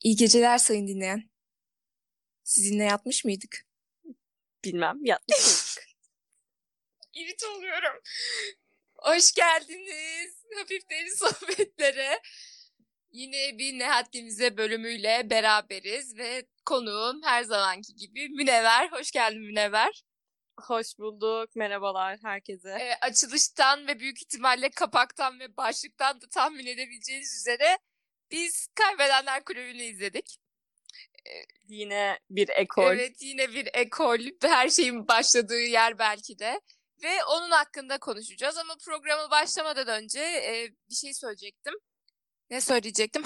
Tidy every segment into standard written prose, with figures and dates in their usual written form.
İyi geceler sayın dinleyen. Sizinle yatmış mıydık? Bilmem, yatmış mıydık? İrit oluyorum. Hoş geldiniz. Hafif derin sohbetlere. Yine bir Ne Haddimize bölümüyle beraberiz ve konuğum her zamanki gibi Münevver. Hoş geldin Münevver. Hoş bulduk. Merhabalar herkese. Açılıştan ve büyük ihtimalle kapaktan ve başlıktan da tahmin edebileceğiniz üzere biz Kaybedenler Kulübü'nü izledik. Yine bir ekol. Evet, yine bir ekol. Her şeyin başladığı yer belki de. Ve onun hakkında konuşacağız ama programa başlamadan önce bir şey söyleyecektim. Ne söyleyecektim?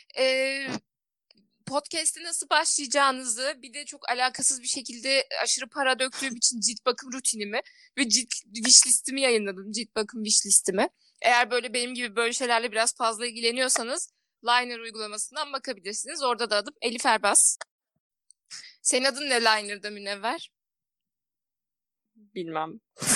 Podcast'e nasıl başlayacağınızı, bir de çok alakasız bir şekilde aşırı para döktüğüm için cilt bakım rutinimi ve cilt wish listimi yayınladım. Cilt bakım wish listimi. Eğer böyle benim gibi böyle şeylerle biraz fazla ilgileniyorsanız Liner uygulamasından bakabilirsiniz. Orada da adım Elif Erbas. Senin adın ne Liner'da Münevver? Bilmem.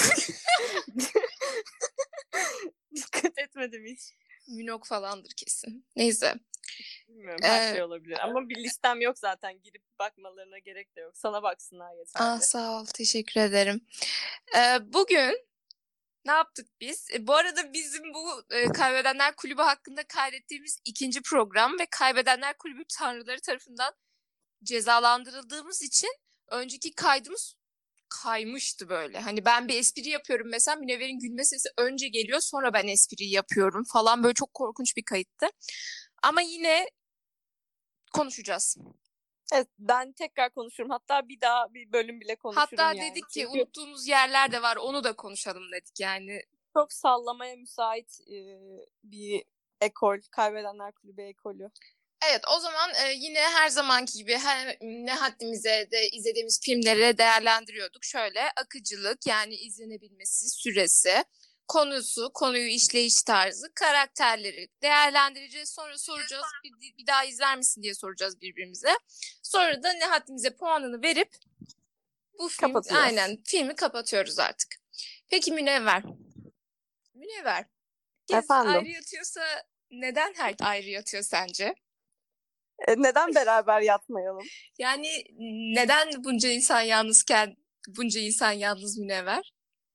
Dikkat etmedim hiç. Münok falandır kesin. Neyse. Bilmiyorum, her şey olabilir. Ama bir listem yok zaten. Girip bakmalarına gerek de yok. Sana baksınlar yeterli. Sağ ol. Teşekkür ederim. Bugün ne yaptık biz? Bu arada bizim bu Kaybedenler Kulübü hakkında kaydettiğimiz 2. program ve Kaybedenler Kulübü tanrıları tarafından cezalandırıldığımız için önceki kaydımız kaymıştı böyle. Hani ben bir espri yapıyorum mesela, Münevver'in gülme sesi önce geliyor, sonra ben espriyi yapıyorum falan, böyle çok korkunç bir kayıttı. Ama yine konuşacağız. Evet, ben tekrar konuşurum. Hatta bir daha bir bölüm bile konuşurum. Hatta yani. dedik ki unuttuğumuz yerler de var, onu da konuşalım dedik yani. Çok sallamaya müsait bir ekol. Kaybedenler Kulübü ekolü. Evet, o zaman yine her zamanki gibi Ne Haddimize de izlediğimiz filmleri değerlendiriyorduk. Şöyle akıcılık, yani izlenebilmesi süresi, konusu, konuyu işleyiş tarzı, karakterleri değerlendireceğiz. Sonra soracağız, bir daha izler misin diye soracağız birbirimize. Sonra da Ne Haddimize puanını verip bu filmi kapatıyoruz artık. Peki Münevver. Herkes ayrı yatıyorsa neden herkes ayrı yatıyor sence? Neden beraber yatmayalım? Yani neden bunca insan yalnızken bunca insan yalnız Münevver?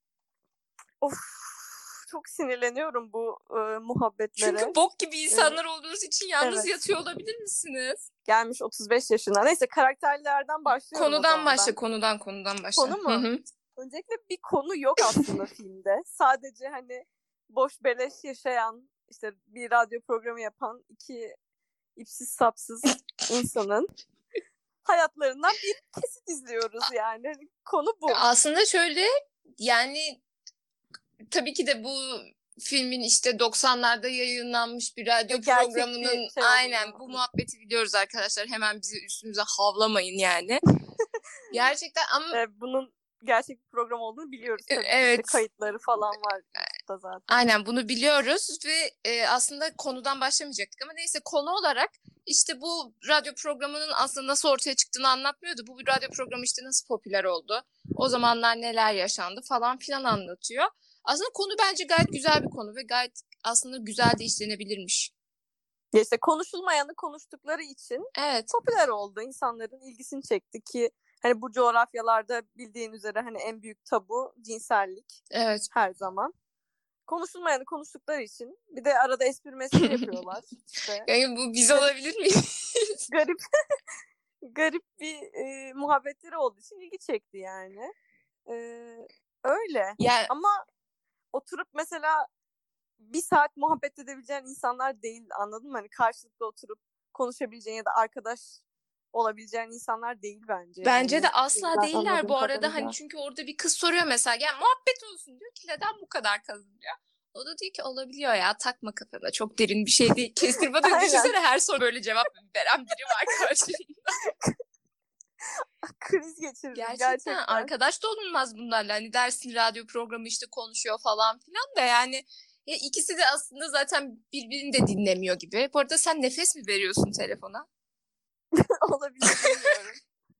Of, çok sinirleniyorum bu muhabbetlere. Çünkü bok gibi insanlar olduğunuz için yalnız yatıyor olabilir misiniz? Gelmiş 35 yaşına. Neyse, karakterlerden başlıyorum. Konudan başla. Konudan başla. Konu mu? Hı-hı. Öncelikle bir konu yok aslında filmde. Sadece hani boş beleş yaşayan, işte bir radyo programı yapan iki ipsiz sapsız insanın hayatlarından bir kesit izliyoruz yani. Konu bu. Aslında şöyle, yani tabii ki de bu filmin işte 90'larda yayınlanmış bir radyo programının aynen bu muhabbeti biliyoruz arkadaşlar. Hemen bizi üstümüze havlamayın yani. Gerçekten ama bunun gerçek bir program olduğunu biliyoruz tabii. Evet. İşte kayıtları falan var da zaten. Aynen, bunu biliyoruz ve aslında konudan başlamayacaktık ama neyse, konu olarak işte bu radyo programının aslında nasıl ortaya çıktığını anlatmıyordu. Bu radyo programı işte nasıl popüler oldu, o zamanlar neler yaşandı falan filan anlatıyor. Aslında konu bence gayet güzel bir konu ve gayet aslında güzel de işlenebilirmiş. Ya işte konuşulmayanı konuştukları için popüler oldu. İnsanların ilgisini çekti ki hani bu coğrafyalarda bildiğin üzere hani en büyük tabu cinsellik. Evet. Her zaman. Konuşulmayanı konuştukları için bir de arada espri mesele yapıyorlar. İşte. Yani bu biz olabilir miyiz? Garip bir muhabbetleri olduğu için ilgi çekti yani. Öyle. Yani... Ama oturup mesela bir saat muhabbet edebileceğin insanlar değil, anladın mı? Hani karşılıklı oturup konuşabileceğin ya da arkadaş olabileceğin insanlar değil bence. Bence yani. de asla değiller bu arada. Hani çünkü orada bir kız soruyor mesela, yani muhabbet olsun diyor ki neden bu kadar kadın diyor. O da diyor ki olabiliyor ya, takma kafana, çok derin bir şey değil. Kestirme diyor. Düşünsene, her soru böyle cevap veren biri var karşında. Kriz geçirdim gerçekten. Arkadaş da olunmaz bunlarla. Hani dersin radyo programı işte konuşuyor falan filan da yani ikisi de aslında zaten birbirini de dinlemiyor gibi. Bu arada sen nefes mi veriyorsun telefona? Olabilir, bilmiyorum.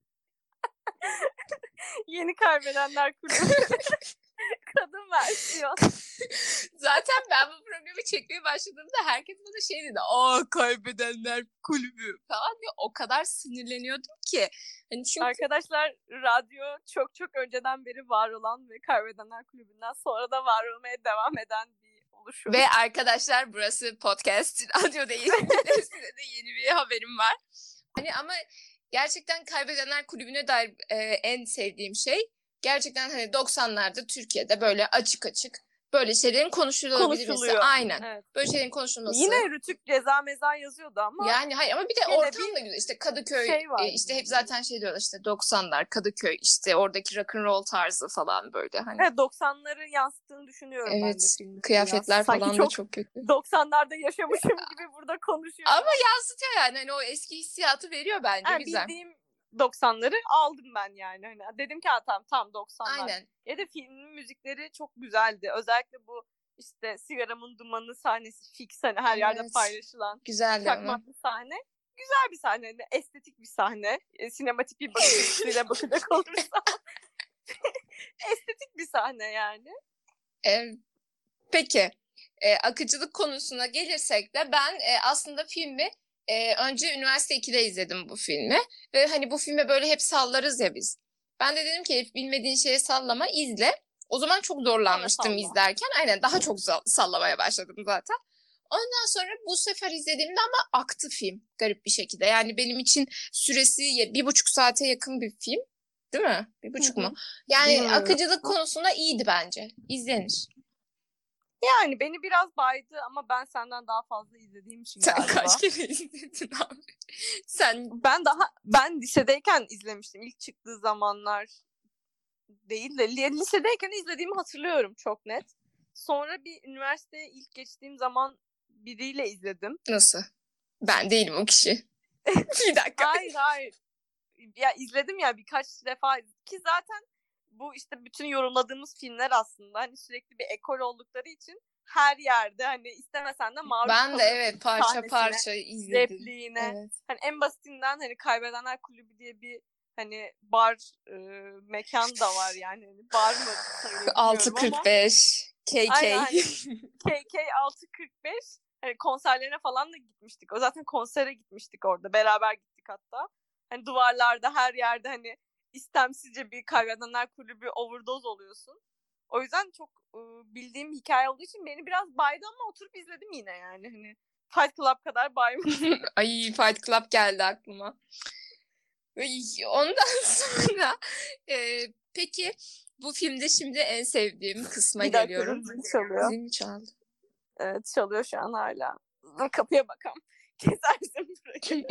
Yeni Kaybedenler Kulübü. Kadın versiyon. Zaten ben bu programı çekmeye başladığımda herkes bana şey dedi. Kaybedenler kulübü falan diye o kadar sinirleniyordum ki. Hani çünkü... Arkadaşlar radyo çok çok önceden beri var olan ve Kaybedenler Kulübü'nden sonra da var olmaya devam eden bir oluşum. Ve arkadaşlar burası podcast, radyo değil. Size de yeni bir haberim var. Hani ama gerçekten Kaybedenler Kulübü'ne dair en sevdiğim şey gerçekten hani 90'larda Türkiye'de böyle açık açık böyle şeylerin konuşulabilmesi. Aynen. Evet. Böyle şeylerin konuşulması. Yine Rütük ceza meza yazıyordu ama. Yani hayır ama bir de ortam da güzel. İşte Kadıköy işte hep zaten şey diyorlar işte 90'lar Kadıköy işte oradaki rock'n'roll tarzı falan böyle hani. Evet 90'ları yansıttığını düşünüyorum ben de filmin. Kıyafetler falan da çok kötü. 90'larda yaşamışım gibi burada konuşuyorum. Ama yansıtıyor yani hani o eski hissiyatı veriyor bence yani güzel. Bildiğim 90'ları aldım ben yani. Hani dedim ki tam 90'lar. Aynen. Ya da filmin müzikleri çok güzeldi. Özellikle bu işte sigaramın dumanı sahnesi fix hani her yerde paylaşılan. Güzeldi çakmaklı sahne. Güzel bir sahne. Yani estetik bir sahne. Sinematik bir bakış açısıyla bakacak olursam. Estetik bir sahne yani. Peki. Akıcılık konusuna gelirsek de ben aslında filmi önce üniversite 2'de izledim bu filmi. Ve hani bu filme böyle hep sallarız ya biz. Ben de dedim ki bilmediğin şeye sallama izle. O zaman çok zorlanmıştım izlerken. Aynen daha çok sallamaya başladım zaten. Ondan sonra bu sefer izlediğimde ama aktı film garip bir şekilde. Yani benim için süresi 1,5 saate yakın bir film. Değil mi? 1,5 mu? Yani akıcılık konusunda iyiydi bence. İzlenir. Yani beni biraz baydı ama ben senden daha fazla izlediğim için Sen galiba. kaç kere izledin abi? Ben lisedeyken izlemiştim. İlk çıktığı zamanlar değil de lisedeyken izlediğimi hatırlıyorum çok net. Sonra bir üniversiteye ilk geçtiğim zaman biriyle izledim. Nasıl? Ben değilim o kişi. Bir dakika. Hayır. Ya izledim ya birkaç defa ki zaten bu işte bütün yorumladığımız filmler aslında hani sürekli bir ekol oldukları için her yerde hani istemesen de maruz ben de evet parça izledim. Repliğine. Evet. Hani en basitinden hani Kaybedenler Kulübü diye bir hani bar mekan da var yani. Hani bar mı sayılıyor 6.45 KK. Aynen, KK 6.45 hani konserlerine falan da gitmiştik. O zaten konsere gitmiştik orada. Beraber gittik hatta. Hani duvarlarda her yerde hani istemsizce bir Kaybedenler Kulübü overdose oluyorsun. O yüzden çok bildiğim hikaye olduğu için beni biraz baydı ama oturup izledim yine yani. Hani Fight Club kadar baymadım. Ay Fight Club geldi aklıma. Ondan sonra peki bu filmde şimdi en sevdiğim kısma geliyorum. Zil çalıyor. Zil mi çaldı? Evet çalıyor şu an hala. Kapıya bakalım. Kesersin burayı.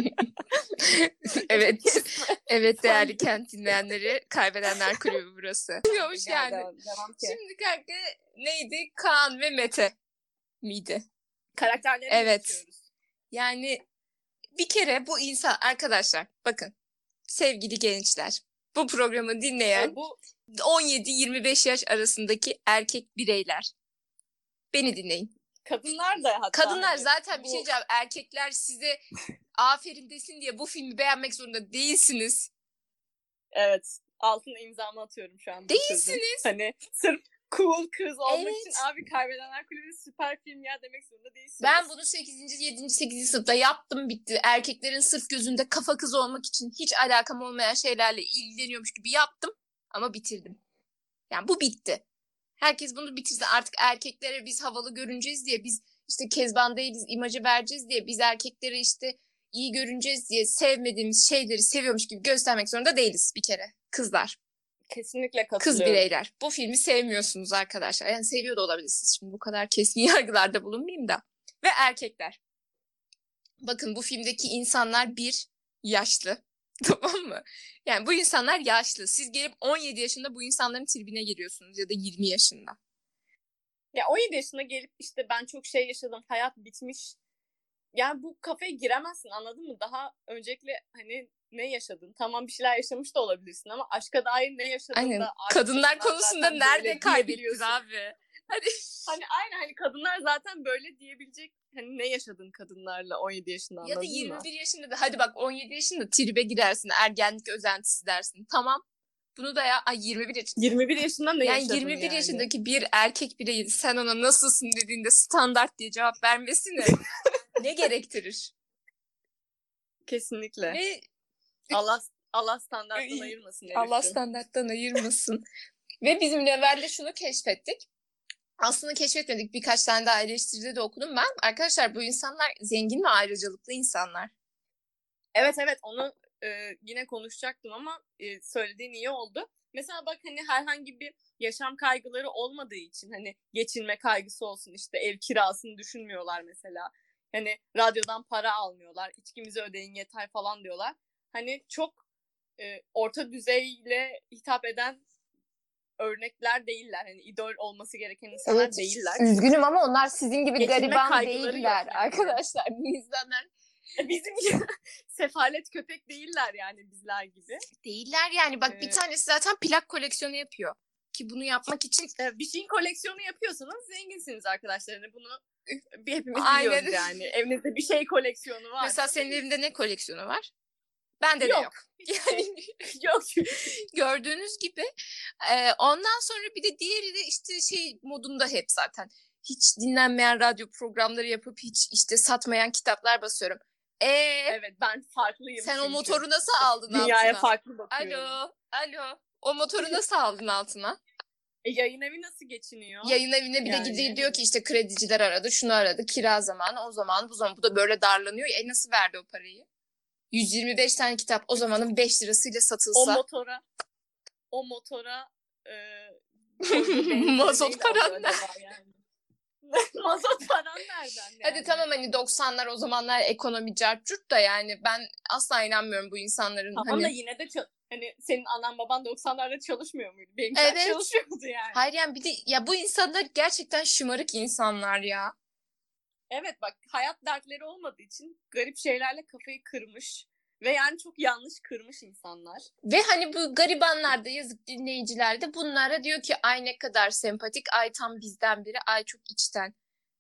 Evet. Evet değerli kent dinleyenleri Kaybedenler Kulübü burası. Hoş geldin. Şimdi kanka neydi? Kaan ve Mete miydi? Karakterleri geçiyoruz. Yani bir kere bu insan arkadaşlar bakın sevgili gençler bu programı dinleyen 17-25 yaş arasındaki erkek bireyler beni dinleyin. Kadınlar da hatta. Kadınlar zaten bir şey diyeceğim. Erkekler size aferin desin diye bu filmi beğenmek zorunda değilsiniz. Evet. Altına imzamı atıyorum şu an. Değilsiniz. Hani sırf cool kız olmak için abi Kaybedenler Kulübü süper film ya demek zorunda değilsiniz. Ben bunu 8. 7. 8. sınıfta yaptım bitti. Erkeklerin sırf gözünde kafa kız olmak için hiç alakam olmayan şeylerle ilgileniyormuş gibi yaptım. Ama bitirdim. Yani bu bitti. Herkes bunu bitirsin. Artık erkeklere biz havalı görüneceğiz diye, biz işte kezban değiliz imajı vereceğiz diye, biz erkekleri işte iyi görüneceğiz diye sevmediğimiz şeyleri seviyormuş gibi göstermek zorunda değiliz bir kere. Kızlar. Kesinlikle katılıyorum. Kız bireyler. Bu filmi sevmiyorsunuz arkadaşlar. Yani seviyor da olabilirsiniz. Şimdi bu kadar kesin yargılarda bulunmayayım da. Ve erkekler. Bakın bu filmdeki insanlar yaşlı. Tamam mı? Yani bu insanlar yaşlı. Siz gelip 17 yaşında bu insanların tribine giriyorsunuz ya da 20 yaşında. Ya 17 yaşında gelip işte ben çok şey yaşadım, hayat bitmiş. Yani bu kafaya giremezsin, anladın mı? Daha öncelikle hani ne yaşadın? Tamam bir şeyler yaşamış da olabilirsin ama aşka dair ne yaşadın aynen. da... Kadınlar konusunda nerede kaybediyoruz abi? Hani aynen hani kadınlar zaten böyle diyebilecek hani ne yaşadın kadınlarla 17 yaşında, anladın mı? Ya da 21 yaşında da hadi bak 17 yaşında tribe girersin, ergenlik özentisi dersin. Tamam. Bunu da ya 21 yaşında. 21 yaşında ne yani yaşadın 21 yaşındaki bir erkek bireyin sen ona nasılsın dediğinde standart diye cevap vermesini ne gerektirir? Kesinlikle. Ve Allah standarttan ayırmasın. Allah standarttan ayırmasın. Ve bizim Level'de şunu keşfettik. Aslında keşfetmedik. Birkaç tane daha eleştiride de okudum ben. Arkadaşlar bu insanlar zengin ve ayrıcalıklı insanlar. Evet onu yine konuşacaktım ama söylediğin iyi oldu. Mesela bak hani herhangi bir yaşam kaygıları olmadığı için hani geçinme kaygısı olsun işte ev kirasını düşünmüyorlar mesela. Hani radyodan para almıyorlar. İçkimizi ödeyin yeter falan diyorlar. Hani çok orta düzeyle hitap eden örnekler değiller. Hani idol olması gereken insanlar değiller. Üzgünüm ama onlar sizin gibi geçinme gariban değiller yani. arkadaşlar. Bu insanlar bizim sefalet köpek değiller yani bizler gibi. Değiller yani. Bak bir tanesi zaten plak koleksiyonu yapıyor. Ki bunu yapmak için bir şeyin koleksiyonu yapıyorsanız zenginsiniz arkadaşlar. Yani bunu hepimiz Aynen. biliyoruz yani. Evinizde bir şey koleksiyonu var. Mesela senin evinde ne koleksiyonu var? Bende de yok. Yani yok. Gördüğünüz gibi. Ondan sonra bir de diğeri de işte şey modunda hep zaten. Hiç dinlenmeyen radyo programları yapıp hiç işte satmayan kitaplar basıyorum. Evet ben farklıyım sen çünkü. o motoru nasıl aldın Dünyaya altına? farklı bakıyorum. Alo. O motoru nasıl aldın altına? Yayın evi nasıl geçiniyor? Yayın evine bir de gidiyor diyor ki işte krediciler aradı, şunu aradı, kira zamanı, o zaman, bu zaman. Bu da böyle darlanıyor. Nasıl verdi o parayı? 125 tane kitap o zamanın 5 lirasıyla satılsa. O motora mazot paran ne? Yani? Mazot paran nereden yani? Hadi tamam hani 90'lar o zamanlar ekonomi cartçurt da yani ben asla inanmıyorum bu insanların. Tamam da yine de hani senin anan baban 90'larda çalışmıyor muydu? Benimkiler evet. çalışıyordu yani. Hayır yani bir de ya bu insanlar gerçekten şımarık insanlar ya. Evet bak hayat dertleri olmadığı için garip şeylerle kafayı kırmış ve yani çok yanlış kırmış insanlar. Ve hani bu garibanlar da yazık dinleyiciler de bunlara diyor ki ay ne kadar sempatik, ay tam bizden biri, ay çok içten.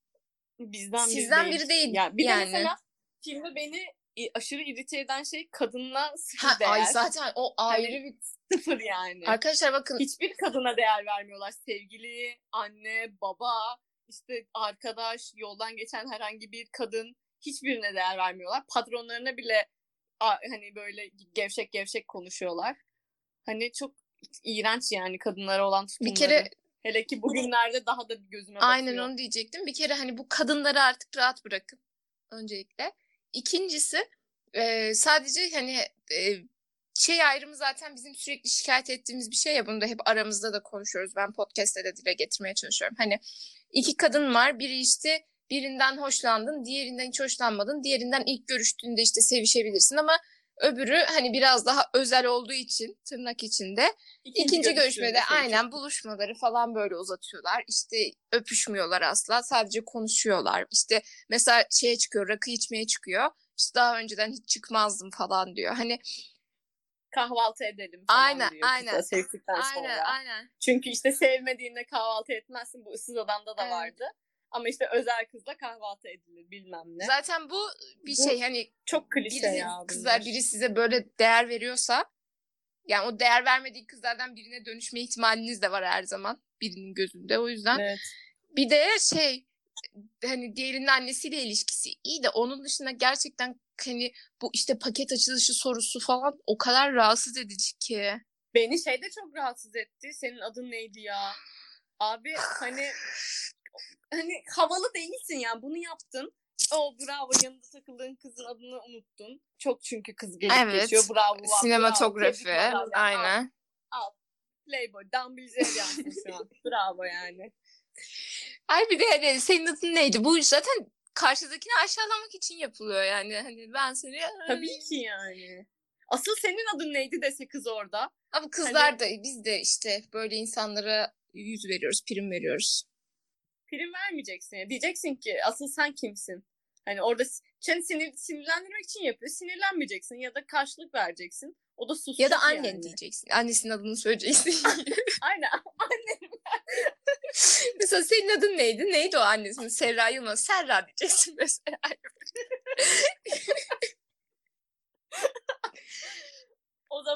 Sizden biri değil. Yani bir de mesela filmde beni aşırı irite eden şey kadınla sıfır değer. Ay zaten o ayrı hani, bir sıfır yani. Arkadaşlar bakın. Hiçbir kadına değer vermiyorlar. Sevgili, anne, baba, işte arkadaş, yoldan geçen herhangi bir kadın hiçbirine değer vermiyorlar. Patronlarına bile hani böyle gevşek gevşek konuşuyorlar. Hani çok iğrenç yani kadınlara olan tutumları. Bir kere hele ki bugünlerde daha da gözüme batıyor. Aynen onu diyecektim. Bir kere hani bu kadınları artık rahat bırakın. Öncelikle. İkincisi sadece hani şey ayrımı zaten bizim sürekli şikayet ettiğimiz bir şey ya, bunu da hep aramızda da konuşuyoruz. Ben podcast'te de dile getirmeye çalışıyorum. Hani iki kadın var. Biri işte birinden hoşlandın, diğerinden hiç hoşlanmadın. Diğerinden ilk görüştüğünde işte sevişebilirsin ama öbürü hani biraz daha özel olduğu için tırnak içinde ikinci görüşmede aynen buluşmaları falan böyle uzatıyorlar. İşte öpüşmüyorlar asla. Sadece konuşuyorlar. İşte mesela şeye çıkıyor, rakı içmeye çıkıyor. İşte daha önceden hiç çıkmazdım falan diyor. Hani kahvaltı edelim falan diyor. Aynen. Sevdikten sonra. Aynen. Çünkü işte sevmediğinde kahvaltı etmezsin. Bu ıssız adamda da vardı. Ama işte özel kızla kahvaltı edilir bilmem ne. Zaten bu bir şey hani çok klişe ya. Kızlar biri size böyle değer veriyorsa yani o değer vermediği kızlardan birine dönüşme ihtimaliniz de var her zaman birinin gözünde. O yüzden bir de hani diğerinin annesiyle ilişkisi iyi de onun dışında gerçekten hani bu işte paket açılışı sorusu falan o kadar rahatsız edici ki. Beni de çok rahatsız etti. Senin adın neydi ya? Abi hani havalı değilsin yani bunu yaptın. Bravo yanında takıldığın kızın adını unuttun. Çok çünkü kız gelip geçiyor. Bravo. Sinematografi. Bravo. Aynen. Al. Playboy. Dumbledore şu an. Bravo yani. Ay bir de hani senin adın neydi? Bu zaten karşıdakini aşağılamak için yapılıyor yani. Hani ben seni... Tabii ki yani. Asıl senin adın neydi dese kız orada. Ama kızlar da biz de işte böyle insanlara yüz veriyoruz, prim veriyoruz. Prim vermeyeceksin ya. Diyeceksin ki asıl sen kimsin? Hani orada seni sinirlendirmek için yapıyor. Sinirlenmeyeceksin ya da karşılık vereceksin. O da susacak ya da annen yani. Diyeceksin. Annesinin adını söyleyeceksin. Aynen. Annem. Mesela senin adın neydi? Neydi o annesinin? Serra Yılmaz. Serra diyeceksin mesela.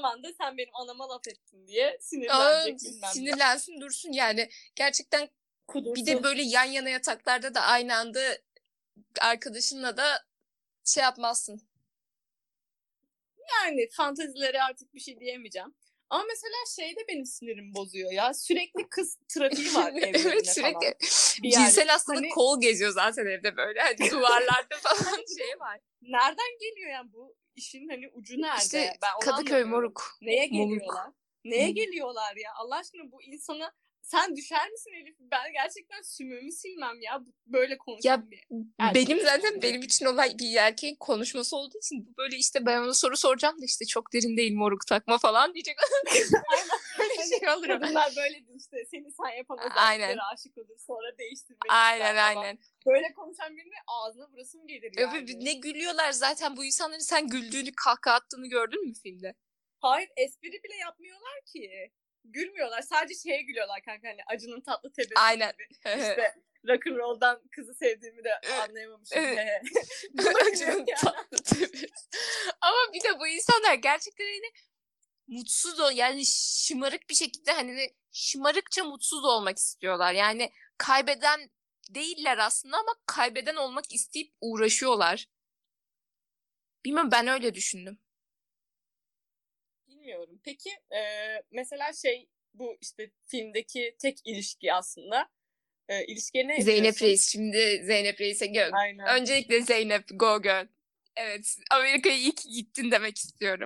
zaman da sen benim anama laf ettin diye sinirlenecek bilmem ne. Sinirlensin dursun yani. Gerçekten Kudursun. bir de böyle yan yana yataklarda da aynı anda arkadaşınla da şey yapmazsın. Yani fantezilere artık bir şey diyemeyeceğim. Ama mesela şey de benim sinirimi bozuyor ya. Sürekli kız trafiği var evlerinde Evet, falan. sürekli Bir cinsel yerde. hastalık Hani kol geziyor zaten evde böyle. Hani duvarlarda falan şey var. nereden geliyor yani bu işin hani ucu nerede? İşte Ben onu Kadıköy anlamıyorum. moruk. Neye Moruk. geliyorlar? Neye geliyorlar ya? Allah aşkına bu insana sen düşer misin Elif? Ben gerçekten sümüğümü silmem ya. Böyle konuşan Ya bir erkek benim zaten yani. benim için olay bir erkeğin konuşması olduğu için bu böyle işte ben ona soru soracağım da işte çok derin değil moruk takma falan diyecek. Aynen. Böyle şey olur. Kadınlar böyledir işte. Seni sen yapan Aynen. özelliklere aşık olur. Sonra değiştirmek Aynen ister falan. aynen. Böyle konuşan birine ağzına vurasım gelir yani. Evet, ne gülüyorlar zaten bu insanların, sen güldüğünü kahkaha attığını gördün mü filmde? Hayır, espri bile yapmıyorlar ki. Gülmüyorlar. Sadece şeye gülüyorlar kanka, hani Acun'un tatlı tebessümü Aynen. gibi. İşte rock'n'roll'dan kızı sevdiğimi de anlayamamışım. Acun'un tatlı tebessümü. Ama bir de bu insanlar gerçekten hani mutsuz yani şımarık bir şekilde hani şımarıkça mutsuz olmak istiyorlar. Yani kaybeden değiller aslında ama kaybeden olmak isteyip uğraşıyorlar. Bilmiyorum, ben öyle düşündüm. Bilmiyorum. Peki mesela şey, bu işte filmdeki tek ilişki aslında. İlişkiye ne Zeynep diyorsun? Reis, şimdi Zeynep Reis'e Aynen. öncelikle Zeynep go girl. Evet, Amerika'ya iyi ki gittin demek istiyorum.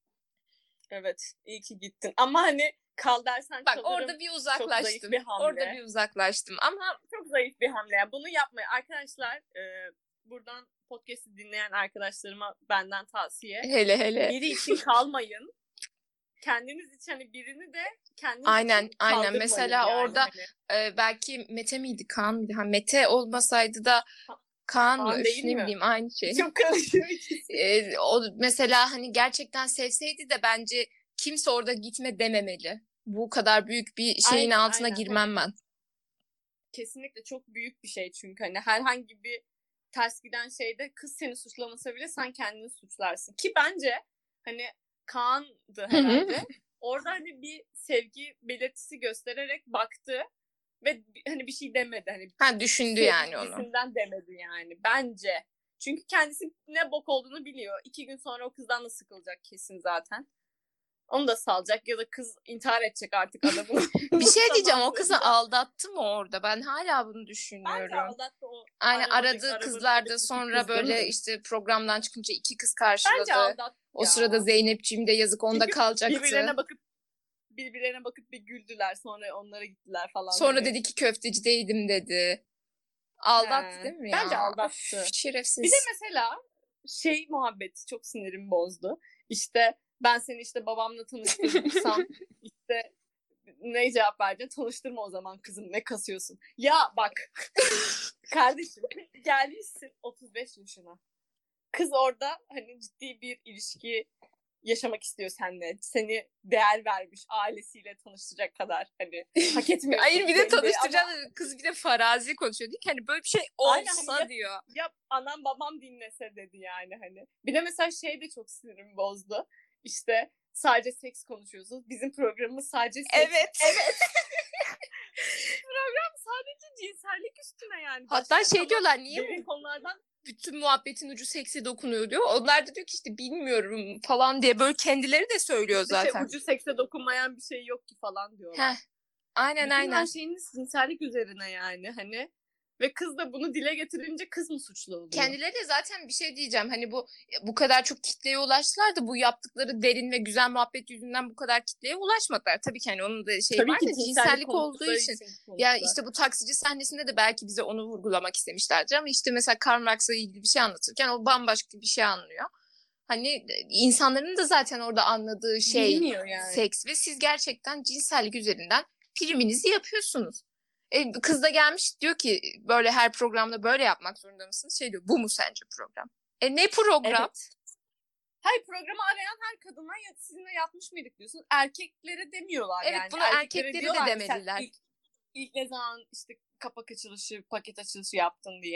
Evet, iyi ki gittin. Ama hani kal dersen Bak kalırım. orada bir uzaklaştım. Çok zayıf bir hamle. Orada bir uzaklaştım ama çok zayıf bir hamle. Bunu yapmayın. Arkadaşlar buradan podcast'i dinleyen arkadaşlarıma benden tavsiye. hele. Biri için kalmayın. Kendiniz için hani birini de kendiniz Aynen için kaldırmayın. Mesela yani. orada hani. Belki Mete miydi, Kaan mıydı? Ha, Mete olmasaydı da Kaan mı? değil Ne mi? bileyim, aynı şey. Çok karışıyor ikisi. O mesela hani gerçekten sevseydi de bence kimse orada gitme dememeli. Bu kadar büyük bir şeyin altına girmem ben. Kesinlikle çok büyük bir şey çünkü hani herhangi bir ters giden şeyde kız seni suçlamasa bile sen kendini suçlarsın. Ki bence hani Kaan'dı herhalde. Orada hani bir sevgi belirtisi göstererek baktı ve hani bir şey demedi. Hani düşündü yani onu. Sevgilisinden demedi yani bence. Çünkü kendisi ne bok olduğunu biliyor. 2 gün sonra o kızdan da sıkılacak kesin zaten. Onu da salacak ya da kız intihar edecek artık adamı. Bir şey diyeceğim, o kızı aldattı mı orada? Ben hala bunu düşünüyorum. Bence aldattı o. Aynen, aradığı kızlar da sonra böyle işte programdan çıkınca 2 kız karşıladı. Bence aldattı o sırada Zeynepciğim de yazık onda kalacaktı. Birbirlerine bakıp bir güldüler, sonra onlara gittiler falan. Sonra hani. Dedi ki köftecideydim dedi. Aldattı değil mi ya? Bence aldattı. Öf, şerefsiz. Bir de mesela şey muhabbeti çok sinirimi bozdu. İşte ben seni işte babamla tanıştırırsam işte ne cevap vereceksin? Tanıştırma o zaman kızım, ne kasıyorsun? Ya bak kardeşim, gelmişsin 35 yaşına. Kız orada hani ciddi bir ilişki yaşamak istiyor seninle. Seni değer vermiş, ailesiyle tanıştıracak kadar hani hak etmiyor. Hayır, bir de tanıştıracağım ama... Kız bir de farazi konuşuyor. Diyor ki hani böyle bir şey olsa hani diyor. Ya anam babam dinlese dedi yani hani. Bir de mesela şey de çok sinirimi bozdu. İşte sadece seks konuşuyorsunuz. Bizim programımız sadece seks. Evet. Program sadece cinsellik üstüne yani. Hatta şey diyorlar, niye bu konulardan bütün muhabbetin ucu sekse dokunuyor diyor. Onlar da diyor ki işte bilmiyorum falan diye, böyle kendileri de söylüyor işte zaten. Ucu sekse dokunmayan bir şey yok ki falan diyorlar. Aynen. Bütün her şeyiniz cinsellik üzerine yani hani. Ve kız da bunu dile getirince kız mı suçlu oluyor? Kendileri de zaten bir şey diyeceğim. Hani bu kadar çok kitleye ulaştılar da bu yaptıkları derin ve güzel muhabbet yüzünden bu kadar kitleye ulaşmadılar. Tabii ki hani onun da var da cinsellik olduğu için. Ya işte bu taksici sahnesinde de belki bize onu vurgulamak istemişlerdir ama işte mesela Karl Marx'la ilgili bir şey anlatırken o bambaşka bir şey anlıyor. Hani insanların da zaten orada anladığı şey yani. Seks ve siz gerçekten cinsellik üzerinden priminizi yapıyorsunuz. Kız da gelmiş diyor ki böyle her programda böyle yapmak zorunda mısınız? Şey diyor, bu mu sence program? Ne program? Evet. Hayır, programı arayan her kadına sizinle yatmış mıydık diyorsun. Erkeklere demiyorlar evet, yani. Evet, bunu erkeklere de demediler. İlk ne zaman işte kapak açılışı, paket açılışı yaptın diye.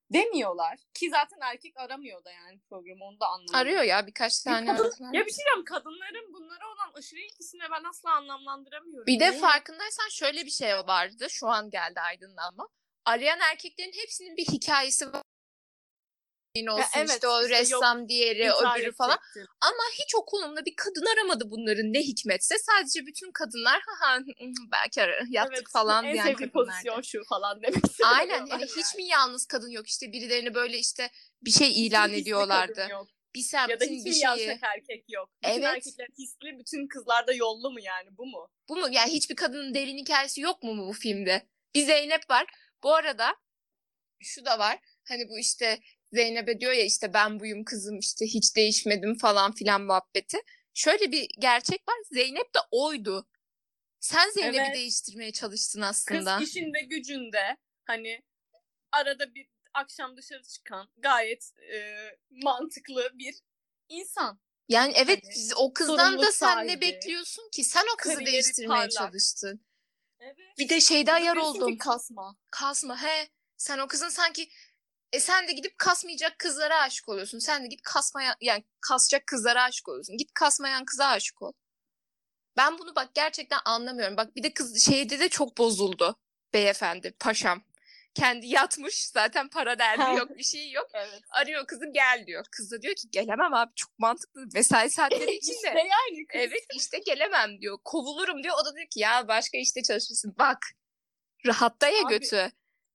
demiyorlar. Ki zaten erkek aramıyor da yani programı, onu da anlamadım. Arıyor ya, birkaç tane aradılar. Ya bir şey diyeyim, kadınların bunlara olan aşırı ilgisini ben asla anlamlandıramıyorum. Bir de farkındaysan şöyle bir şey vardı. Şu an geldi aydınlanma. Arayan erkeklerin hepsinin bir hikayesi var. Olsun evet, işte o işte ressam, yok, diğeri, intihar öbürü falan. edecektim. Ama hiç o konumda bir kadın aramadı bunların, ne hikmetse. Sadece bütün kadınlar belki yattık Evet, falan en diyen sevdiğim kadınlardı. pozisyon şu falan demek Aynen, seviyorlar hani yani. hiç mi yalnız kadın yok, işte birilerine böyle işte bir şey ilan Hiçbir hisli ediyorlardı. kadın yok. Bir Ya da semtin hiç bir mi şeyi. yavşak erkek yok? Bütün Evet. erkekler hisli, bütün kızlar da yollu mu yani, bu mu? Bu mu? Yani hiçbir kadının derin hikayesi yok mu bu filmde? Bir Zeynep var. Bu arada şu da var. Hani bu işte Zeynep'e diyor ya işte ben buyum kızım, işte hiç değişmedim falan filan muhabbeti. Şöyle bir gerçek var. Zeynep de oydu. Sen Zeynep'i Evet. değiştirmeye çalıştın Kız aslında. işinde gücünde hani arada bir akşam dışarı çıkan gayet mantıklı bir insan. Yani evet, Hani o kızdan sorumluluk da sen ne sahibi, bekliyorsun ki? Sen o kızı kariyeri değiştirmeye parlak. çalıştın. Evet. Bir de şeyde Bu da ayar diyorsun ki oldum. kasma. Kasma he. Sen o kızın sanki sen de gidip kasmayacak kızlara aşık oluyorsun. Sen de git kasmaya, yani kasacak kızlara aşık oluyorsun. Git kasmayan kıza aşık ol. Ben bunu bak gerçekten anlamıyorum. Bak bir de kız şeyde de çok bozuldu. Beyefendi, paşam. Kendi yatmış zaten, para derdi yok, bir şey yok. Evet. Arıyor kızı, gel diyor. Kız da diyor ki gelemem abi, çok mantıklı, mesai saatleri içinde. İşte yani kız. Evet işte gelemem diyor. Kovulurum diyor. O da diyor ki ya başka işte çalışırsın. Bak rahatta ya Abi, götü.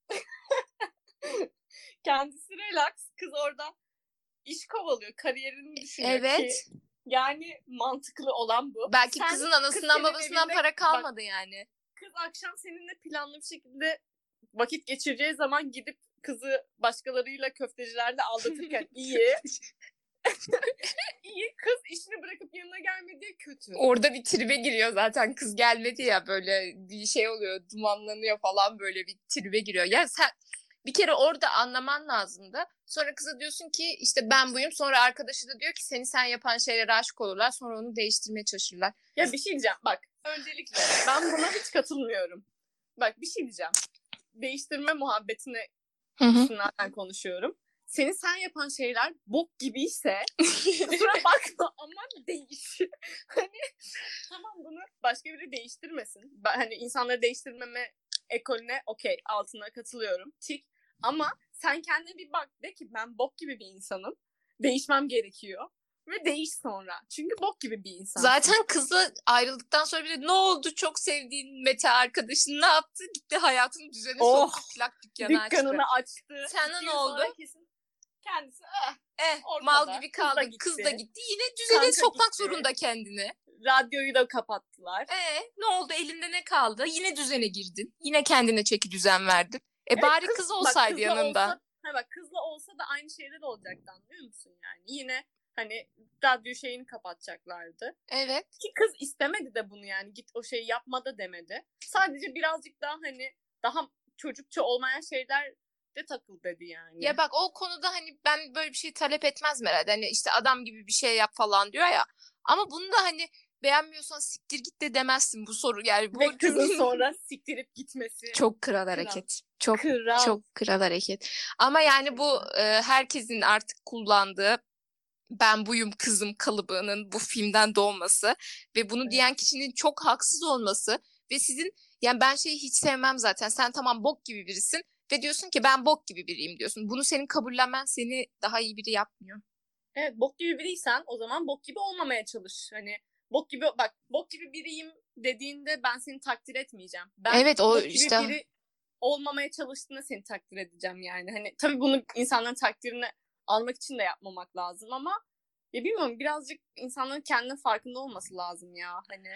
kendisi relax. Kız orada iş kovalıyor. Kariyerini düşünüyor Evet. ki yani mantıklı olan bu. Belki Sen, kızın anasından kız babasından evinde, para kalmadı bak, yani. Kız akşam seninle planlı bir şekilde vakit geçireceği zaman gidip kızı başkalarıyla, köftecilerle aldatırken iyi. İyi, kız işini bırakıp yanına gelmedi, kötü. Orada bir tribe giriyor zaten, kız gelmedi ya, böyle bir şey oluyor, dumanlanıyor falan, böyle bir tribe giriyor. Yani sen bir kere orada anlaman lazımdı. Sonra kıza diyorsun ki işte ben buyum, sonra arkadaşı da diyor ki seni sen yapan şeylere aşık olurlar, sonra onu değiştirmeye çalışırlar. Ya bir şey diyeceğim bak, öncelikle ben buna hiç katılmıyorum. Bak bir şey diyeceğim. Değiştirme muhabbetine istinaden konuşuyorum. Seni sen yapan şeyler bok gibiyse kusura bakma ama değiş. Hani tamam, bunu başka biri değiştirmesin. Ben hani insanları değiştirmeme ekolüne okey, altına katılıyorum. Tik. Ama sen kendine bir bak, de ki ben bok gibi bir insanım. Değişmem gerekiyor. Ve değiş sonra. Çünkü bok gibi bir insan. Zaten kızla ayrıldıktan sonra bile ne oldu, çok sevdiğin Mete arkadaşın ne yaptı? Gitti hayatını düzene soktu, plak dükkanını açtı. Sana ne oldu? Kesin kendisi mal gibi kaldı. Kız da gitti. Yine düzene Kanka sokmak gitti. zorunda kendini. Radyoyu da kapattılar. Ne oldu? Elinde ne kaldı? Yine düzene girdin. Yine kendine çeki düzen verdin. Bari kız olsaydı yanında. Kızla olsa da aynı şeyler olacaktı, anlıyor musun yani? Yine hani radyo şeyini kapatacaklardı. Evet. Ki kız istemedi de bunu, yani git o şeyi yapma da demedi. Sadece birazcık daha hani daha çocukça olmayan şeyler de takıl dedi yani. Ya bak o konuda hani ben böyle bir şey talep etmezdim herhalde. Hani işte adam gibi bir şey yap falan diyor ya. Ama bunu da hani beğenmiyorsan siktir git de demezsin, bu soru yani. Bu Ve kızın sonra siktirip gitmesi. Çok kral hareket. Çok kral hareket. Ama yani bu Çok herkesin artık kullandığı ben buyum kızım kalıbının bu filmden doğması ve bunu diyen kişinin çok haksız olması ve sizin, yani ben şeyi hiç sevmem zaten. Sen tamam bok gibi birisin ve diyorsun ki ben bok gibi biriyim diyorsun. Bunu senin kabullenmen seni daha iyi biri yapmıyor. Evet, bok gibi biriysen o zaman bok gibi olmamaya çalış. Hani bok gibi biriyim dediğinde ben seni takdir etmeyeceğim. Ben evet, o bok gibi işte biri olmamaya çalıştığında seni takdir edeceğim yani. Hani tabii bunu insanların takdirini almak için de yapmamak lazım ama ya bilmiyorum, birazcık insanların kendine farkında olması lazım ya. Hani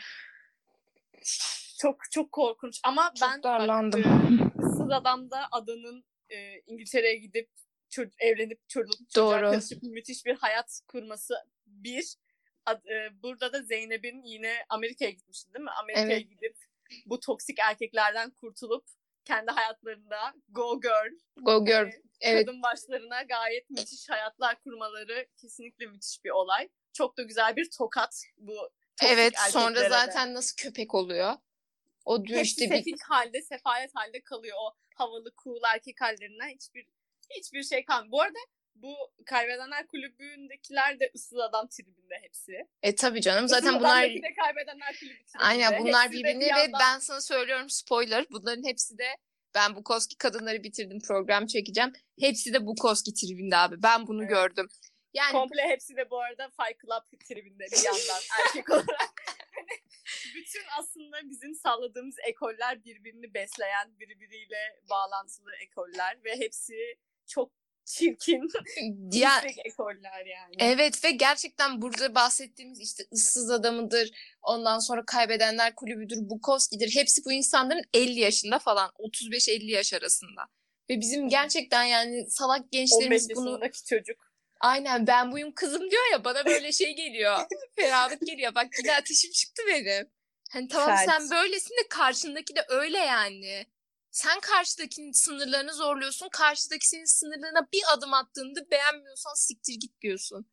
çok çok korkunç ama çok ben darlandım. Issız Adam'da adanın İngiltere'ye gidip evlenip çocuğa karışıp müthiş bir hayat kurması bir. Burada da Zeynep'in yine Amerika'ya gitmişti değil mi? Amerika'ya gidip bu toksik erkeklerden kurtulup kendi hayatlarında go girl. Evet. Kadın başlarına gayet müthiş hayatlar kurmaları kesinlikle müthiş bir olay. Çok da güzel bir tokat bu toksik erkeklere. Sonra zaten nasıl köpek oluyor? O diyor hepsi işte sefil halde, sefalet halde kalıyor. O havalı, cool erkek hallerinden hiçbir Hiçbir şey kalmıyor. Bu arada bu Kaybedenler Kulübü'ndekiler de ıssız adam tribinde hepsi. Tabii canım. Issız Zaten bunlar Adam'daki de Kaybedenler Kulübü tribinde. aynen bunlar Hepsi de birbirini bir ve yandan... ben sana söylüyorum spoiler. Bunların hepsi de ben Bukowski kadınları bitirdim program çekeceğim. Hepsi de Bukowski tribinde abi. Ben bunu gördüm. Yani komple hepsi de bu arada Fight Club tribinde bir yandan erkek olarak. Hani bütün aslında bizim salladığımız ekoller birbirini besleyen, birbiriyle bağlantılı ekoller ve hepsi çok çirkin ekoller yani. Evet ve gerçekten burada bahsettiğimiz işte ıssız adamıdır, ondan sonra Kaybedenler Kulübü'dür, Bukowski'dir. Hepsi bu insanların 50 yaşında falan, 35-50 yaş arasında. Ve bizim gerçekten yani salak gençlerimiz 15 bunu... yaşındaki çocuk. Aynen ben buyum kızım diyor ya, bana böyle şey geliyor. Fenalık geliyor. Bak yine ateşim çıktı benim. Hani tamam sen böylesin de karşındaki de öyle yani. Sen karşıdakinin sınırlarını zorluyorsun. Karşıdaki senin sınırlarına bir adım attığında beğenmiyorsan siktir git diyorsun.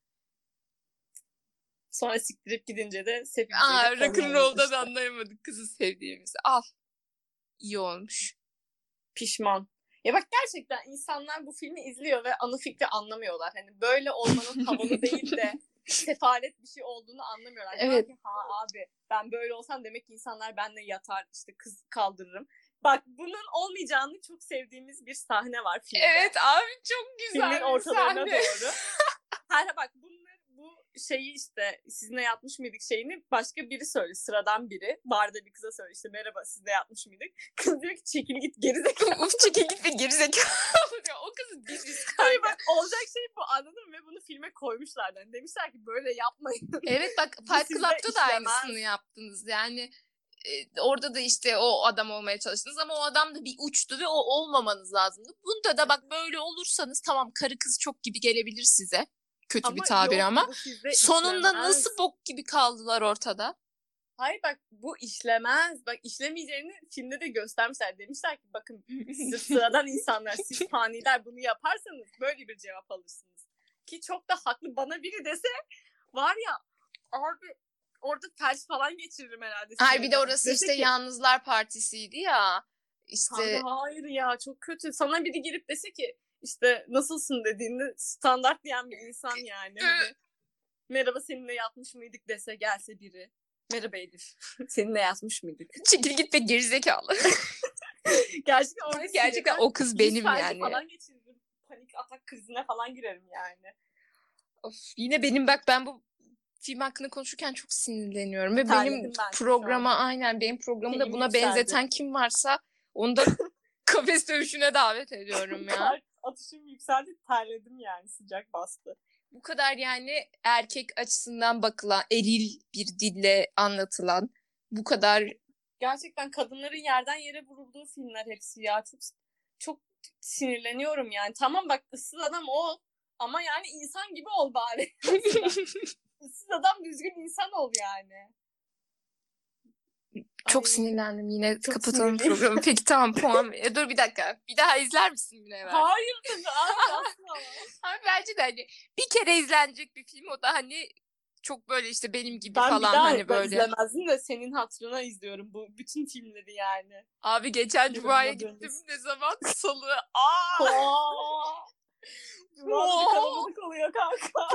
Sonra siktirip gidince de rock'n'roll'dan anlayamadık kızı sevdiğimizi. Al. İyi olmuş. Pişman. Ya bak gerçekten insanlar bu filmi izliyor ve ana fikri anlamıyorlar. Hani böyle olmanın havalı değil de sefalet bir şey olduğunu anlamıyorlar. Evet. Ha abi ben böyle olsam demek ki insanlar benimle yatar işte kız kaldırırım. Bak bunun olmayacağını çok sevdiğimiz bir sahne var filmde. Evet abi çok güzel filmin bir ortalarına sahne. Doğru. Bak bu şeyi işte sizinle yatmış mıydık şeyini başka biri söyle, sıradan biri barda bir kıza söyle işte merhaba sizle yatmış mıydık, kız diyor ki çekil git gerizekalı. Çekil git ve gerizekalı diyor. O kızın dizisi hayır bak olacak şey bu, anladın mı? Ve bunu filme koymuşlar yani demişler ki böyle yapmayın. Evet bak Fight Club'da da aynısını yaptınız yani. Orada da işte o adam olmaya çalıştınız ama o adam da bir uçtu ve o olmamanız lazımdı. Bunda da bak böyle olursanız tamam karı kız çok gibi gelebilir size. Kötü bir tabir ama sonunda nasıl bok gibi kaldılar ortada. Hayır bak bu işlemez. Bak işlemeyeceğini filmde de göstermişler. Demişler ki bakın siz sıradan insanlar, siz faniler bunu yaparsanız böyle bir cevap alırsınız. Ki çok da haklı. Bana biri dese var ya abi orada felç falan geçiririm herhalde. Hayır bir de orası işte Yalnızlar Partisi'ydi ya. İşte... Kanka, hayır ya çok kötü. Sana biri girip dese ki işte nasılsın dediğinde standart diyen bir insan yani. Hani, merhaba seninle yatmış mıydık dese gelse biri. Merhaba Elif. Seninle yatmış mıydık? Çekil git ve gerizekalı. Gerçekten o kız benim yani. Falan geçiririm. Panik atak krizine falan girerim yani. Of, yine benim bak ben bu film hakkında konuşurken çok sinirleniyorum ve benim programa aynen benim programı da buna benzeten kim varsa onu da kafes dövüşüne davet ediyorum ya. Atışım yükseldi, terledim yani, sıcak bastı. Bu kadar yani erkek açısından bakılan, eril bir dille anlatılan, bu kadar gerçekten kadınların yerden yere vurulduğu filmler hepsi ya. Çok sinirleniyorum yani. Tamam bak ıssız adam ol ama yani insan gibi ol bari. Issız adam düzgün insan ol yani. Çok sinirlendim yine. Çok kapatalım programı. Peki tamam puan. Dur bir dakika. Bir daha izler misin yine? Hayır tabii abi bence de hani bir kere izlenecek bir film, o da hani çok böyle işte benim gibi ben falan hani böyle. Ben izlemezdim de senin hatırına izliyorum bu bütün filmleri yani. Abi geçen Cuma'ya gittim. Ne zaman? Salı. Cuma'da kalabalık oluyor kanka.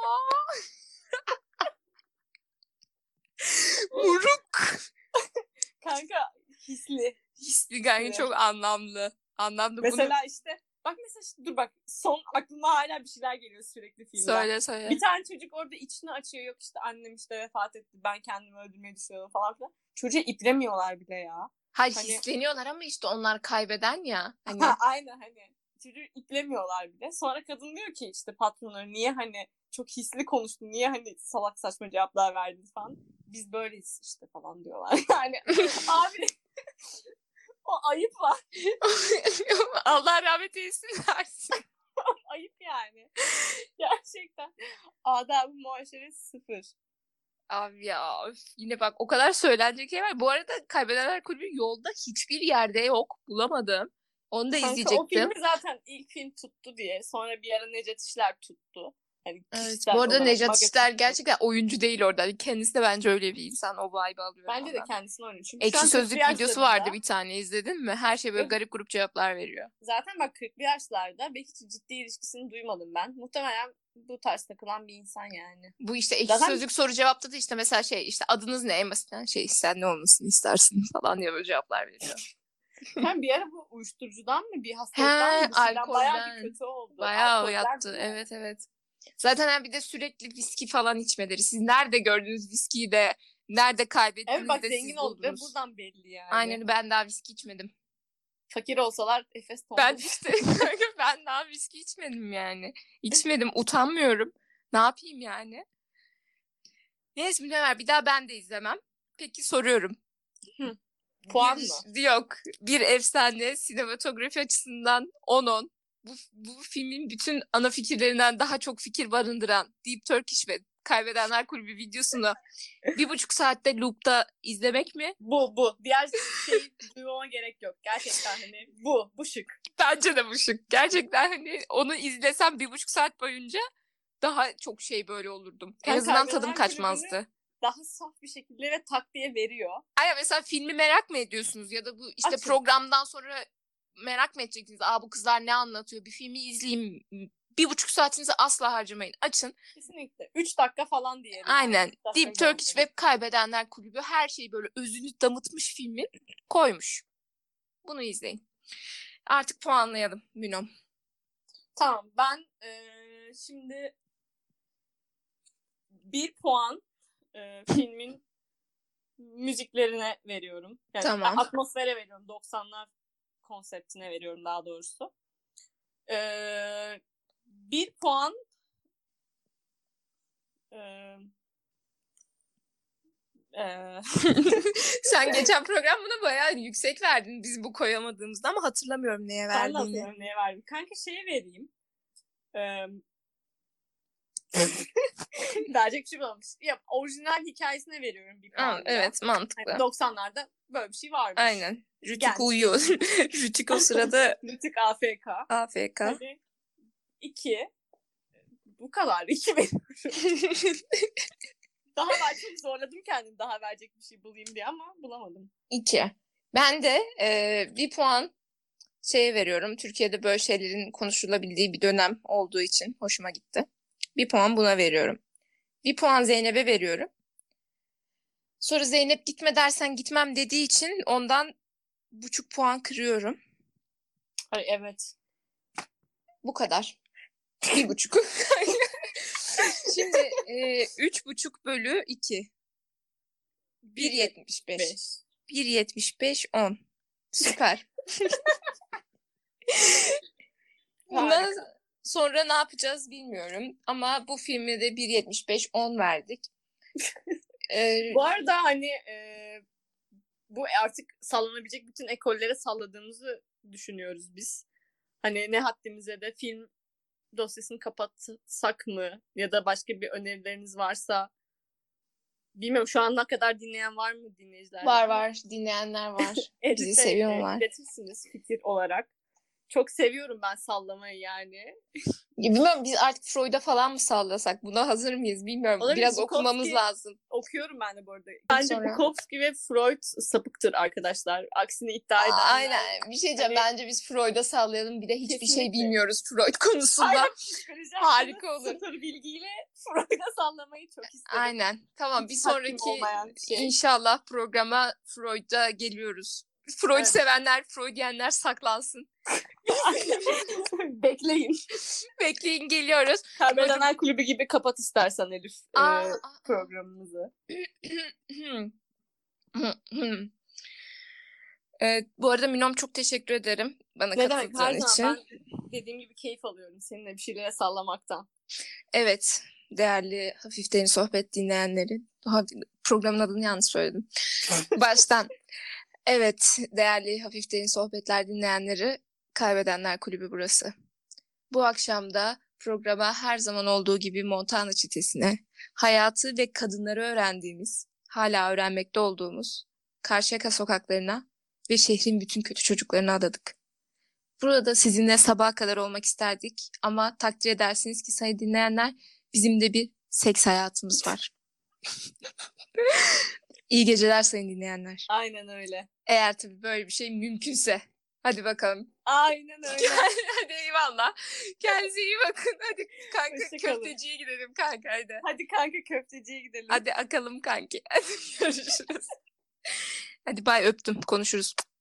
Muruk. Kanka hisli. Hisli kanka çok anlamlı. Mesela bunu... işte bak mesela dur bak son aklıma hala bir şeyler geliyor sürekli filmden. Söyle. Bir tane çocuk orada içini açıyor, yok işte annem işte vefat etti ben kendimi öldürmeyi düşünüyorum falan filan. Çocuğu iplemiyorlar bile ya. Hayır hani... hisleniyorlar ama işte onlar kaybeden ya. Hani... Aynen hani çocuğu iplemiyorlar bile. Sonra kadın diyor ki işte patronları niye hani çok hisli konuştun, niye hani salak saçma cevaplar verdin falan. Biz böyleyiz işte falan diyorlar. Yani abi o ayıp var. Allah rahmet eylesin versin. Ayıp yani. Gerçekten. Adab-ı muaşeret 0. Abi ya yine bak o kadar söylenecek şey var. Bu arada Kaybedenler Kulübü yolda hiçbir yerde yok. Bulamadım. Onu da izleyecektim. O filmi zaten ilk film tuttu diye. Sonra bir ara Necdet İşler tuttu. Yani Evet, kişisel bu arada olarak, Nejat magazin İşler olarak. gerçekten oyuncu değil orada. Hani kendisi de bence öyle bir insan. O vibe'ı alıyorum Bence de ondan. kendisini oynuyor. Çünkü şu Ekşi an 40'lı Sözlük videosu vardı yaşlarında. bir tane, izledin mi? Her şey böyle Yok. garip grup cevaplar veriyor. Zaten bak 40'lı yaşlarda ve hiç ciddi ilişkisini duymadım ben. Muhtemelen bu tarz takılan bir insan yani. Bu işte Ekşi Zaten Sözlük soru cevapta da işte mesela işte adınız ne, en basitten sen ne olmasını istersin falan diye böyle cevaplar veriyor. ben bir ara bu uyuşturucudan mı bir He, hastalıktan mı bir şeyden bayağı bir alkolden. kötü oldu. Bayağı Alkolden yattı. değil mi? Evet, evet. Zaten bir de sürekli viski falan içmeleri. Siz nerede gördünüz viskiyi de, nerede Evet kaybettiniz bak de zengin siz oldu ve buldunuz. buradan belli yani. Aynen, ben daha viski içmedim. Fakir olsalar Efes Ben tombul. işte ben daha viski içmedim yani. İçmedim, utanmıyorum. Ne yapayım yani? Neyse Münevver, bir daha ben de izlemem. Peki soruyorum. Hı. Puan mı? Yok. Bir efsane, sinematografi açısından 10-10. Bu filmin bütün ana fikirlerinden daha çok fikir barındıran Deep Turkish ve Kaybedenler Kulübü videosunu 1,5 saatte loop'ta izlemek mi? Bu. Diğer şeyi duymama gerek yok. Gerçekten hani bu şık. Bence de bu şık. Gerçekten hani onu izlesem 1,5 saat boyunca daha çok böyle olurdum. En Sen azından tadım Kaybedenler Kulübü'nü kaçmazdı. daha saf bir şekilde ve tak diye veriyor. Aynen, mesela filmi merak mı ediyorsunuz ya da bu işte Açın. programdan sonra merak mı edeceksiniz? Bu kızlar ne anlatıyor? Bir filmi izleyeyim. 1,5 saatinizi asla harcamayın. Açın. Kesinlikle. 3 dakika falan diyelim. Aynen. Yani. Deep Turkish ve Kaybedenler Kulübü her şeyi böyle özünü damıtmış filmin koymuş. Bunu izleyin. Artık puanlayalım Münom. Tamam, ben şimdi 1 puan filmin müziklerine veriyorum. Yani Tamam. atmosfere veriyorum. 90'lar konseptine veriyorum daha doğrusu. 1 puan Sen geçen program buna bayağı yüksek verdin biz bu koyamadığımızda, ama hatırlamıyorum neye ben de verdiğini. hatırlıyorum neye verdim. Kanka şeye vereyim. Verecek bir şey bulamamış. Ya, orijinal hikayesine veriyorum 1 puan. Evet, mantıklı. Yani 90'larda böyle bir şey varmış. Aynen. Rütük Genç, uyuyor. Rütük o sırada Rütük AFK. AFK. Hadi 2. Bu kadar. 2 veriyorum. Daha ben çok zorladım kendimi daha verecek bir şey bulayım diye ama bulamadım. 2. Ben de 1 puan veriyorum. Türkiye'de böyle şeylerin konuşulabildiği bir dönem olduğu için hoşuma gitti. 1 puan buna veriyorum. 1 puan Zeynep'e veriyorum. Sonra Zeynep gitme dersen gitmem dediği için ondan 0,5 puan kırıyorum. Ay, evet. Bu kadar. 1,5. Şimdi 3,5 bölü 2. 1,75. 1,75 10. Süper. Bundan sonra ne yapacağız bilmiyorum. Ama bu filme de 1,75 10 verdik. Bu arada hani bu artık sallanabilecek bütün ekollere salladığımızı düşünüyoruz biz. Hani ne haddimize de film dosyasını kapatsak mı? Ya da başka bir önerileriniz varsa. Bilmiyorum, şu ana kadar dinleyen var mı dinleyiciler? Var. Dinleyenler var. Bizi seviyorlar. İletirsiniz fikir olarak. Çok seviyorum ben sallamayı yani. Bilmiyorum, biz artık Freud'a falan mı sallasak? Buna hazır mıyız bilmiyorum. Olabilir, Biraz Bukowski okumamız lazım. Okuyorum ben de bu arada. Bence Sonra... Bukowski ve Freud sapıktır arkadaşlar. Aksini iddia edenler. Aynen. Bir şey diyeceğim. Bence biz Freud'a sallayalım. Bir de hiçbir Kesinlikle. şey bilmiyoruz Freud konusunda. Aynen. Harika olur. Sıfır bilgiyle Freud'a sallamayı çok isterim. Aynen. Tamam, bir sonraki şey. inşallah programa Freud'a geliyoruz. Freud sevenler, Freudiyenler saklansın. Bekleyin. Bekleyin, geliyoruz. Kaybedenler Kulübü gibi kapat istersen Elif programımızı. Bu arada Minom, çok teşekkür ederim bana katıldığın için. Ben dediğim gibi keyif alıyorum seninle bir şeylere sallamaktan. Evet, değerli Hafif Derin Sohbet dinleyenleri. Programın adını yanlış söyledim. Baştan. Evet, değerli Hafif Derin Sohbetler dinleyenleri, Kaybedenler Kulübü burası. Bu akşam da programa her zaman olduğu gibi Montana çetesine, hayatı ve kadınları öğrendiğimiz, hala öğrenmekte olduğumuz Karşıyaka sokaklarına ve şehrin bütün kötü çocuklarına adadık. Burada sizinle sabaha kadar olmak isterdik. Ama takdir edersiniz ki sayın dinleyenler, bizim de bir seks hayatımız var. İyi geceler sayın dinleyenler. Aynen öyle. Eğer tabii böyle bir şey mümkünse. Hadi bakalım. Aynen öyle. Hadi eyvallah. Kendinize iyi bakın. Hadi kanka Hoşça kalın. köfteciye gidelim kanka hadi. Hadi kanka köfteciye gidelim. Hadi akalım kanki. Hadi görüşürüz. Hadi bay öptüm. Konuşuruz.